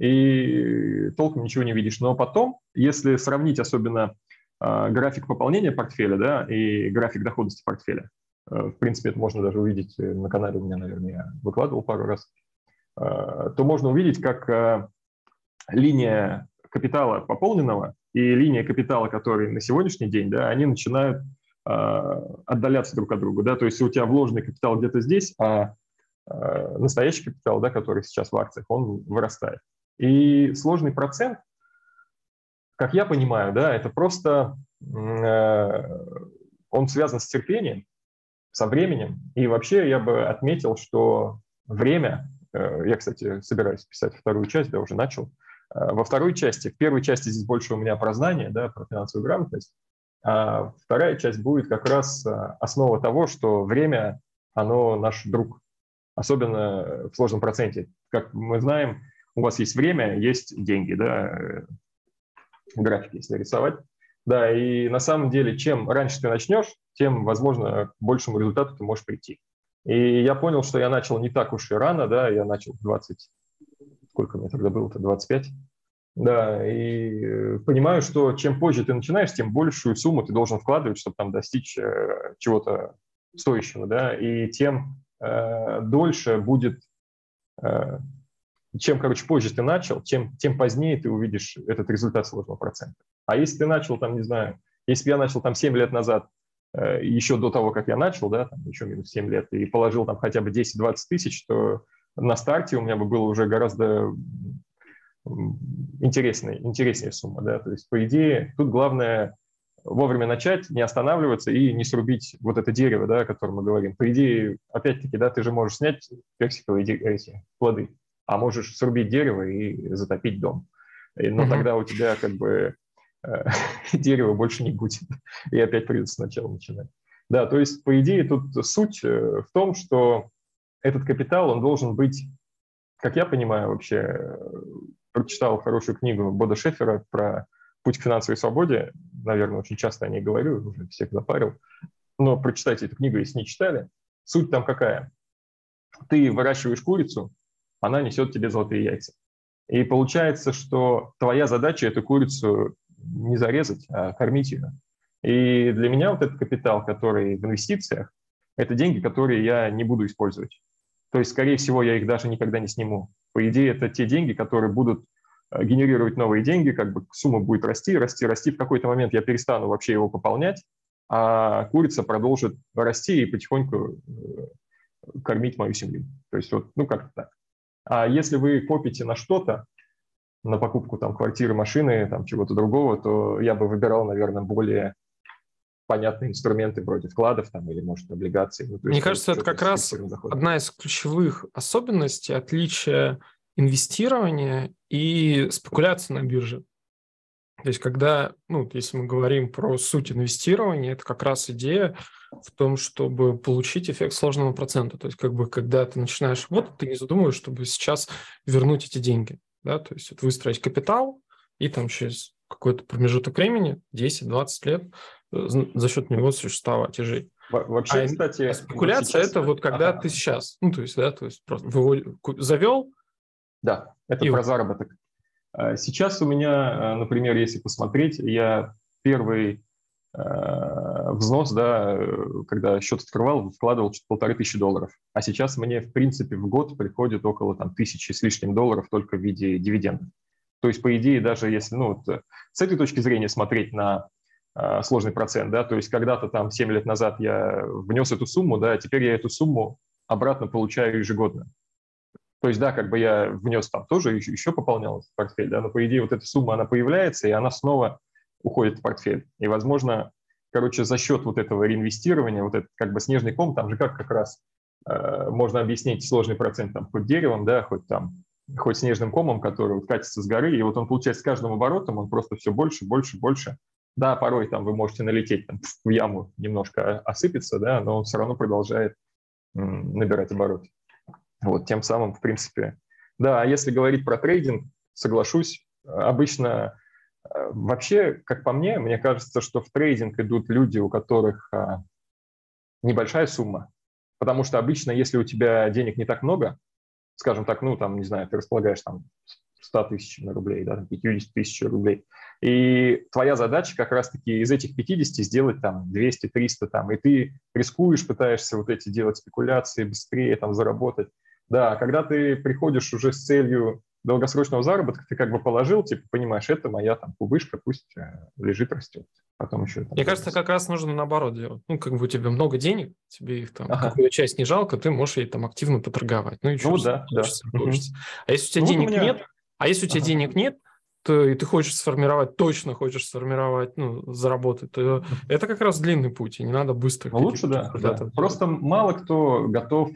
и толком ничего не видишь. Но потом, если сравнить особенно э, график пополнения портфеля, да, и график доходности портфеля, э, в принципе, это можно даже увидеть на канале у меня, наверное, я выкладывал пару раз, э, то можно увидеть, как э, линия капитала пополненного и линия капитала, который на сегодняшний день, да, они начинают э, отдаляться друг от друга, да, то есть у тебя вложенный капитал где-то здесь, а э, настоящий капитал, да, который сейчас в акциях, он вырастает. И сложный процент, как я понимаю, да, это просто э, он связан с терпением, со временем. И вообще я бы отметил, что время, э, я, кстати, собираюсь писать вторую часть, да, уже начал. Э, во второй части, в первой части здесь больше у меня про знания, да, про финансовую грамотность, а вторая часть будет как раз э, основа того, что время, оно наш друг, особенно в сложном проценте. Как мы знаем, у вас есть время, есть деньги, да, э, график, если рисовать. Да, и на самом деле, чем раньше ты начнешь, тем, возможно, к большему результату ты можешь прийти. И я понял, что я начал не так уж и рано, да, я начал в двадцать, сколько мне тогда было-то, двадцать пять. Да, и э, понимаю, что чем позже ты начинаешь, тем большую сумму ты должен вкладывать, чтобы там достичь э, чего-то стоящего, да, и тем э, дольше будет э, чем, короче, позже ты начал, чем, тем позднее ты увидишь этот результат сложного процента. А если ты начал, там, не знаю, если бы я начал там семь лет назад, э, еще до того, как я начал, да, там, еще минус семь лет, и положил там хотя бы десять-двадцать тысяч, то на старте у меня бы было уже гораздо интереснее, интереснее сумма, да, то есть, по идее, тут главное вовремя начать, не останавливаться и не срубить вот это дерево, да, о котором мы говорим. По идее, опять-таки, да, ты же можешь снять персиковые эти плоды, а можешь срубить дерево и затопить дом. Но Мгм. тогда у тебя как бы дерева больше не будет, и опять придется сначала начинать. Да, то есть, по идее, тут суть в том, что этот капитал, он должен быть, как я понимаю, вообще, прочитал хорошую книгу Бода Шефера про путь к финансовой свободе, наверное, очень часто о ней говорю, уже всех запарил, но прочитайте эту книгу, если не читали. Суть там какая? Ты выращиваешь курицу, она несет тебе золотые яйца. И получается, что твоя задача эту курицу не зарезать, а кормить ее. И для меня вот этот капитал, который в инвестициях, это деньги, которые я не буду использовать. То есть, скорее всего, я их даже никогда не сниму. По идее, это те деньги, которые будут генерировать новые деньги, как бы сумма будет расти, расти, расти. В какой-то момент я перестану вообще его пополнять, а курица продолжит расти и потихоньку кормить мою семью. То есть, вот, ну, как-то так. А если вы копите на что-то, на покупку там квартиры, машины, там чего-то другого, то я бы выбирал, наверное, более понятные инструменты вроде вкладов там, или, может, облигаций. Ну, то Мне есть, кажется, это как раз одна из ключевых особенностей отличия инвестирования и спекуляции на бирже. То есть, когда, ну, если мы говорим про суть инвестирования, это как раз идея в том, чтобы получить эффект сложного процента. То есть, как бы, когда ты начинаешь работать, ты не задумываешь, чтобы сейчас вернуть эти деньги. Да? То есть, вот выстроить капитал и там через какой-то промежуток времени, десять-двадцать лет, за счет него существовать и жить. Вообще, а, кстати... А спекуляция вот сейчас... – это вот когда ага. ты сейчас, ну, то есть, да, то есть просто вывод... завел. Да, это и... про заработок. Сейчас у меня, например, если посмотреть, я первый э, взнос, да, когда счет открывал, вкладывал полторы тысячи долларов. А сейчас мне, в принципе, в год приходит около там, тысячи с лишним долларов только в виде дивидендов. То есть, по идее, даже если, ну, вот, с этой точки зрения смотреть на э, сложный процент, да, то есть когда-то там семь лет назад я внес эту сумму, да, теперь я эту сумму обратно получаю ежегодно. То есть, да, как бы я внес там тоже, еще, еще пополнял этот портфель, да, но, по идее, вот эта сумма, она появляется, и она снова уходит в портфель. И, возможно, короче, за счет вот этого реинвестирования, вот этот как бы снежный ком, там же как как раз э, можно объяснить сложный процент, там, хоть деревом, да, хоть там, хоть снежным комом, который вот катится с горы, и вот он, получается, с каждым оборотом он просто все больше, больше, больше. Да, порой там вы можете налететь там, в яму, немножко осыпется, да, но он все равно продолжает м, набирать обороты. Вот, тем самым, в принципе, да, а если говорить про трейдинг, соглашусь, обычно вообще, как по мне, мне кажется, что в трейдинг идут люди, у которых а, небольшая сумма, потому что обычно, если у тебя денег не так много, скажем так, ну, там, не знаю, ты располагаешь там сто тысяч рублей, да, пятьдесят тысяч рублей, и твоя задача как раз-таки из этих пятидесяти сделать там двести-триста, там, и ты рискуешь, пытаешься вот эти делать спекуляции, быстрее там заработать. Да, когда ты приходишь уже с целью долгосрочного заработка, ты как бы положил, типа, понимаешь, это моя там кубышка, пусть лежит, растет. Потом еще... Там, Мне кажется, как раз нужно наоборот делать. Ну, как бы у тебя много денег, тебе их там, ага. какую-то часть не жалко, ты можешь ей там активно поторговать. Ну, и ну да, хочется, да. Хочется. А если у тебя ну, денег вот у меня... нет, а если у тебя ага. денег нет, то и ты хочешь сформировать, точно хочешь сформировать, ну, заработать, то это как раз длинный путь, и не надо быстро... Ну, лучше, да. да. Просто мало кто готов...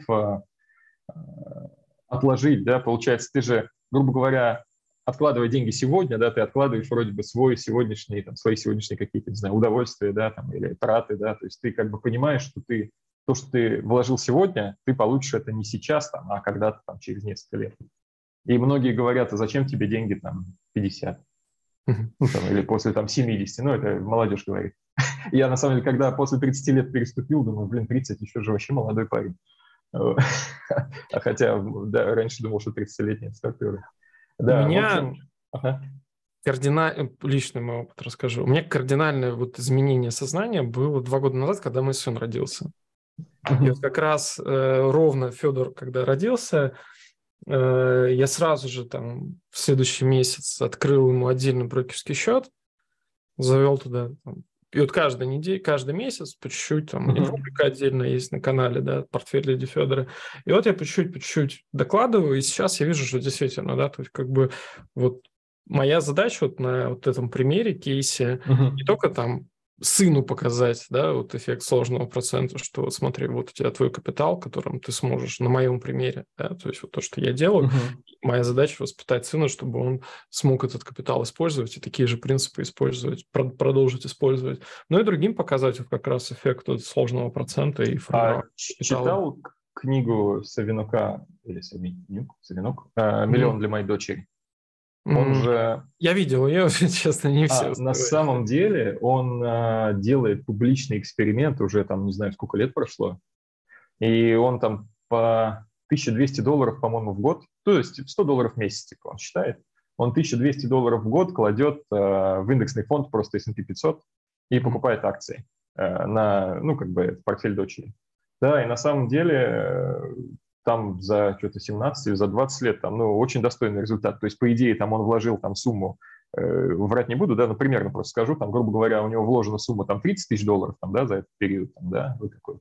отложить, да, получается, ты же, грубо говоря, откладывая деньги сегодня, да, ты откладываешь вроде бы свой сегодняшний, там, свои сегодняшние какие-то, не знаю, удовольствия, да, там, или траты, да, то есть ты как бы понимаешь, что ты, то, что ты вложил сегодня, ты получишь это не сейчас, там, а когда-то там через несколько лет. И многие говорят, а зачем тебе деньги там пятьдесят? Ну, там, или после там семидесяти, ну, это молодежь говорит. Я, на самом деле, когда после тридцати лет переступил, думаю, блин, тридцать еще же вообще молодой парень. А хотя да, раньше думал, что тридцатилетние стартуют. Да, у меня в общем, ага. кардинально, личный мой опыт расскажу. У меня кардинальное вот изменение сознания было два года назад, когда мой сын родился. И вот как раз э, ровно Федор, когда родился, э, я сразу же там в следующий месяц открыл ему отдельный брокерский счет, завел туда там, и вот каждый неделю, каждый месяц по чуть-чуть, там, uh-huh. рубрика отдельно есть на канале, да, портфель Леди Федора. И вот я по чуть-чуть, по чуть-чуть докладываю, и сейчас я вижу, что действительно, да, то есть как бы вот моя задача вот на вот этом примере, кейсе, uh-huh. не только там сыну показать, да, вот эффект сложного процента, что вот смотри, вот у тебя твой капитал, которым ты сможешь, на моем примере, да, то есть вот то, что я делаю, Мгм. моя задача воспитать сына, чтобы он смог этот капитал использовать и такие же принципы использовать, про- продолжить использовать. Ну и другим показать вот как раз эффект вот сложного процента и А формирования ч- капитала. читал к- книгу Савинука, или Савинюк, Савинок, э, «Миллион Мгм. для моей дочери». Он М, же, Я видел ее, честно, не все а, на успеваю. самом деле, он а, делает публичный эксперимент, уже там, не знаю, сколько лет прошло, и он там по тысяча двести долларов, по-моему, в год, то есть сто долларов в месяц, типа, он считает, он тысяча двести долларов в год кладет а, в индексный фонд просто эс энд пи пятьсот и Мгм. покупает акции а, на, ну, как бы, в портфель дочери. Да, и на самом деле э, там за что-то семнадцать или за двадцать лет там, ну, очень достойный результат. То есть, по идее, там он вложил там сумму, э, врать не буду, да, но примерно просто скажу, там, грубо говоря, у него вложена сумма там тридцать тысяч долларов, там, да, за этот период, там, да, вот такой.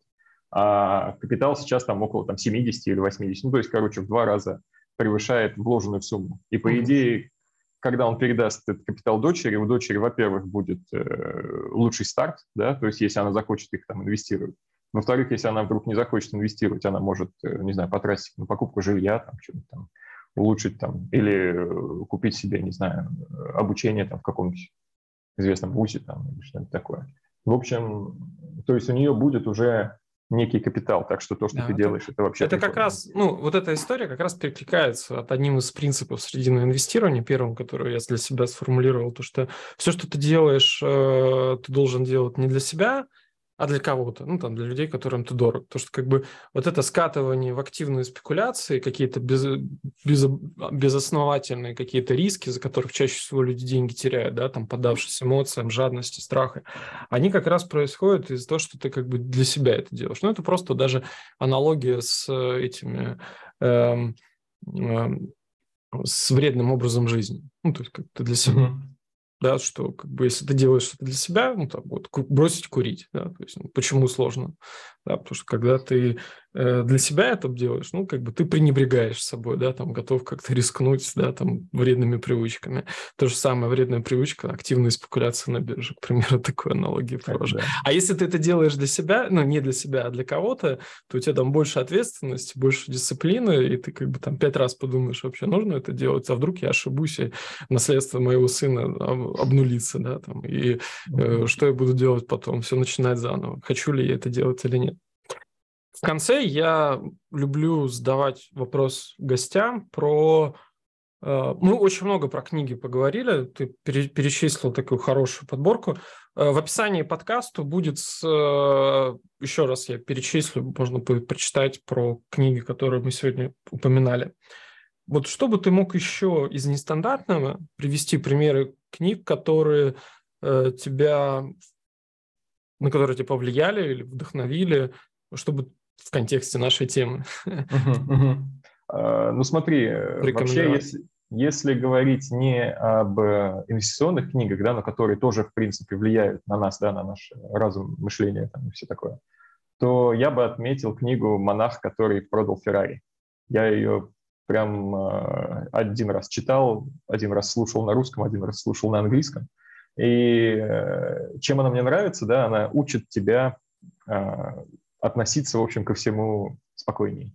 А капитал сейчас там около там семьдесят или восемьдесят, ну, то есть, короче, в два раза превышает вложенную сумму. И, по Мгм. идее, когда он передаст этот капитал дочери, у дочери, во-первых, будет э, лучший старт, да, то есть если она захочет их там инвестировать. Во-вторых, если она вдруг не захочет инвестировать, она может, э, не знаю, потратить на покупку жилья, там, что-нибудь там, улучшить там, или э, купить себе, не знаю, обучение там в каком-нибудь известном вузе там, или что-нибудь такое. В общем, то есть у нее будет уже некий капитал, так что то, что ты Да, это, делаешь, это вообще это как прикольно. раз, ну, вот эта история как раз перекликается от одним из принципов срединного инвестирования, первым, который я для себя сформулировал, то, что все, что ты делаешь, э, ты должен делать не для себя, а для кого-то, ну, там, для людей, которым ты дорог. Потому что, как бы, вот это скатывание в активные спекуляции, какие-то без, без, безосновательные какие-то риски, за которых чаще всего люди деньги теряют, да, там, поддавшись эмоциям, жадности, страха, они как раз происходят из-за того, что ты как бы для себя это делаешь. Ну, это просто даже аналогия с э, этими эм, эм, с вредным образом жизни. Ну, то есть как ты для себя, Мгм. да, что как бы если ты делаешь что-то для себя, ну, там, вот, ку- бросить курить, да, то есть ну, почему сложно? Да, потому что когда ты э, для себя это делаешь, ну, как бы ты пренебрегаешь собой, да, там, готов как-то рискнуть, да, там, вредными привычками. То же самое вредная привычка, активные спекуляции на бирже, к примеру, такой аналогии Это провожу. да. А если ты это делаешь для себя, ну, не для себя, а для кого-то, то у тебя там больше ответственности, больше дисциплины, и ты как бы там пять раз подумаешь, вообще нужно это делать, а вдруг я ошибусь, и наследство моего сына об- обнулится, да, там, и э, Мгм. что я буду делать потом, все начинать заново, хочу ли я это делать или нет. В конце я люблю задавать вопрос гостям про... э, Мы очень много про книги поговорили, ты пере- перечислил такую хорошую подборку. Э, В описании подкаста будет, с, э, еще раз я перечислю, можно будет прочитать про книги, которые мы сегодня упоминали. Вот что бы ты мог еще из нестандартного привести примеры книг, которые э, тебя, на которые тебя повлияли или вдохновили, чтобы в контексте нашей темы Мгм, мгм. А, Ну смотри, э, вообще, порекомендовать. если, если говорить не об э, инвестиционных книгах, да, но которые тоже, в принципе, влияют на нас, да, на наш разум, мышление там, и все такое, то я бы отметил книгу «Монах, который продал Феррари». Я ее прям э, один раз читал, один раз слушал на русском, один раз слушал на английском. И э, чем она мне нравится, да, она учит тебя э, относиться, в общем, ко всему спокойней.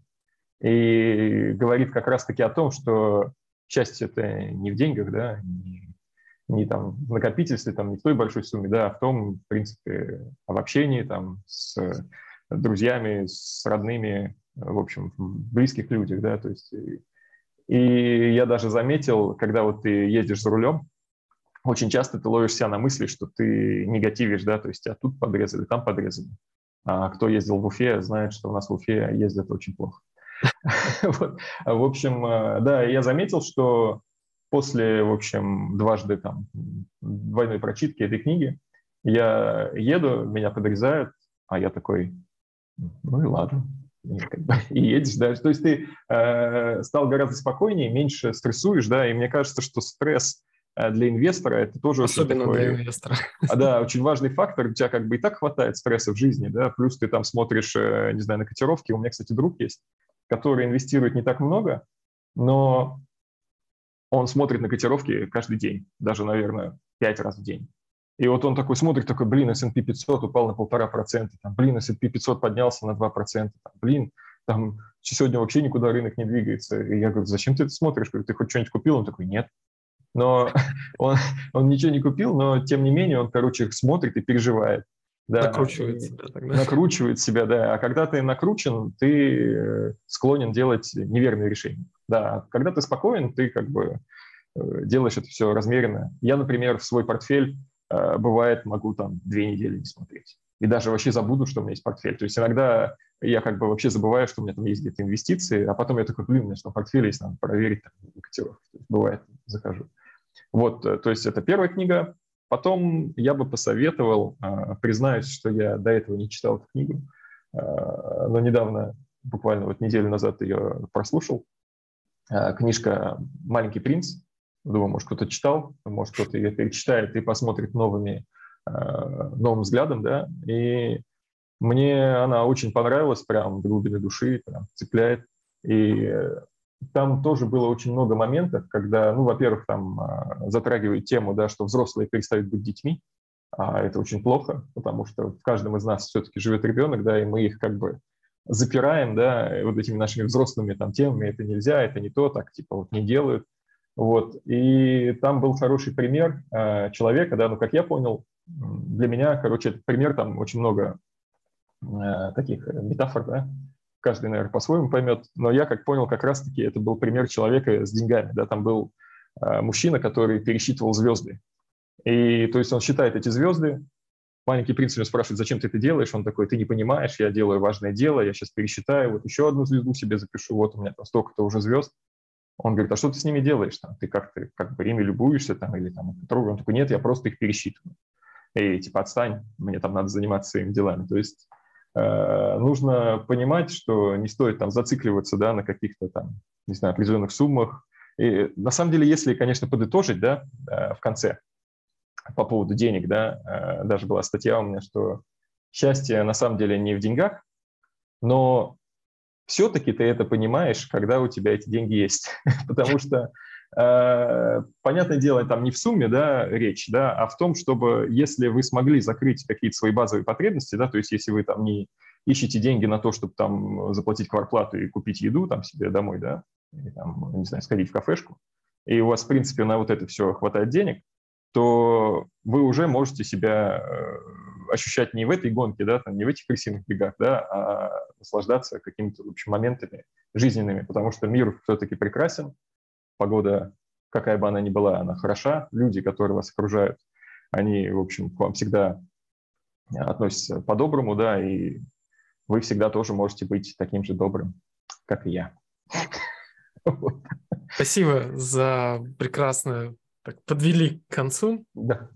И говорит как раз-таки о том, что счастье это не в деньгах, да, не, не там в накопительстве, там, не в той большой сумме, да, а в том, в принципе, в общении там с друзьями, с родными, в общем, в близких людях, да, то есть и, и я даже заметил, когда вот ты ездишь за рулем, очень часто ты ловишь себя на мысли, что ты негативишь, да, то есть тебя тут подрезали, там подрезали. А кто ездил в Уфе, знает, что у нас в Уфе ездят очень плохо. Вот. В общем, э, да, я заметил, что после, в общем, дважды там двойной прочитки этой книги я еду, меня подрезают, а я такой, ну и ладно. И, как бы, и едешь дальше. То есть ты э, стал гораздо спокойнее, меньше стрессуешь, да, и мне кажется, что стресс э, для инвестора это тоже очень Особенно для такой, инвестора. а, да, очень важный фактор. У тебя как бы и так хватает стресса в жизни, да, плюс ты там смотришь, э, не знаю, на котировки. У меня, кстати, друг есть, который инвестирует не так много, но он смотрит на котировки каждый день, даже, наверное, пять раз в день. И вот он такой смотрит, такой, блин, эс энд пи пятьсот упал на полтора процента, там, блин, эс энд пи пятьсот поднялся на два процента, там, блин, там сегодня вообще никуда рынок не двигается. И я говорю, зачем ты это смотришь? Говорю, ты хоть что-нибудь купил? Он такой, нет. Но он, он ничего не купил, но тем не менее он, короче, смотрит и переживает. Да, накручивает себя тогда. Накручивает себя, да. А когда ты накручен, ты склонен делать неверные решения. Да, когда ты спокоен, ты как бы делаешь это все размеренно. Я, например, в свой портфель бывает могу там две недели не смотреть. И даже вообще забуду, что у меня есть портфель. То есть иногда я как бы вообще забываю, что у меня там есть где-то инвестиции, а потом я такой, блин, у меня что, портфель есть, надо проверить там, котировки. Бывает, захожу. Вот, то есть это первая книга. Потом я бы посоветовал, признаюсь, что я до этого не читал эту книгу, но недавно, буквально вот неделю назад ее прослушал. Книжка «Маленький принц». Думаю, может, кто-то читал, может, кто-то ее перечитает и посмотрит новыми, новым взглядом, да, и мне она очень понравилась, прям до глубины души, прям цепляет. И там тоже было очень много моментов, когда, ну, во-первых, там затрагивают тему, да, что взрослые перестают быть детьми, а это очень плохо, потому что в каждом из нас все-таки живет ребенок, да, и мы их как бы запираем, да, вот этими нашими взрослыми там темами, это нельзя, это не то, так типа вот не делают. Вот. И там был хороший пример э, человека, да, ну, как я понял, для меня, короче, этот пример, там очень много э, таких метафор, да, каждый, наверное, по-своему поймет, но я, как понял, как раз-таки это был пример человека с деньгами, да, там был э, мужчина, который пересчитывал звезды, и, то есть, он считает эти звезды, маленький принц его спрашивает, зачем ты это делаешь, он такой, ты не понимаешь, я делаю важное дело, я сейчас пересчитаю, вот еще одну звезду себе запишу, вот у меня там столько-то уже звезд. Он говорит, а что ты с ними делаешь? Там, ты как-то как бы ими любуешься там, или там трогай? Он такой, нет, я просто их пересчитываю. Эй, типа, отстань, мне там надо заниматься своими делами. То есть э, нужно понимать, что не стоит там зацикливаться, да, на каких-то там, не знаю, определенных суммах. И на самом деле, если, конечно, подытожить, да, э, в конце по поводу денег, да, э, даже была статья у меня, что счастье на самом деле не в деньгах, но все-таки ты это понимаешь, когда у тебя эти деньги есть. Потому что, э, понятное дело, там не в сумме, да, речь, да, а в том, чтобы, если вы смогли закрыть какие-то свои базовые потребности, да, то есть если вы там не ищете деньги на то, чтобы там заплатить квартплату и купить еду там себе домой, да, или там, не знаю, сходить в кафешку, и у вас, в принципе, на вот это все хватает денег, то вы уже можете себя э, ощущать не в этой гонке, да, там, не в этих крысиных бегах, да, а наслаждаться какими-то, в общем, моментами жизненными, потому что мир все-таки прекрасен, погода, какая бы она ни была, она хороша, люди, которые вас окружают, они, в общем, к вам всегда относятся по-доброму, да, и вы всегда тоже можете быть таким же добрым, как и я. Спасибо за прекрасное, так, подвели к концу. Да.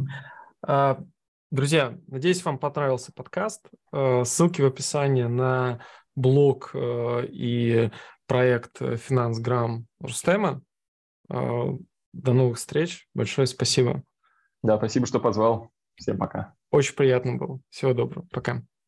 Друзья, надеюсь, вам понравился подкаст. Ссылки в описании на блог и проект «Финансграм» Рустема. До новых встреч. Большое спасибо. Да, спасибо, что позвал. Всем пока. Очень приятно было. Всего доброго. Пока.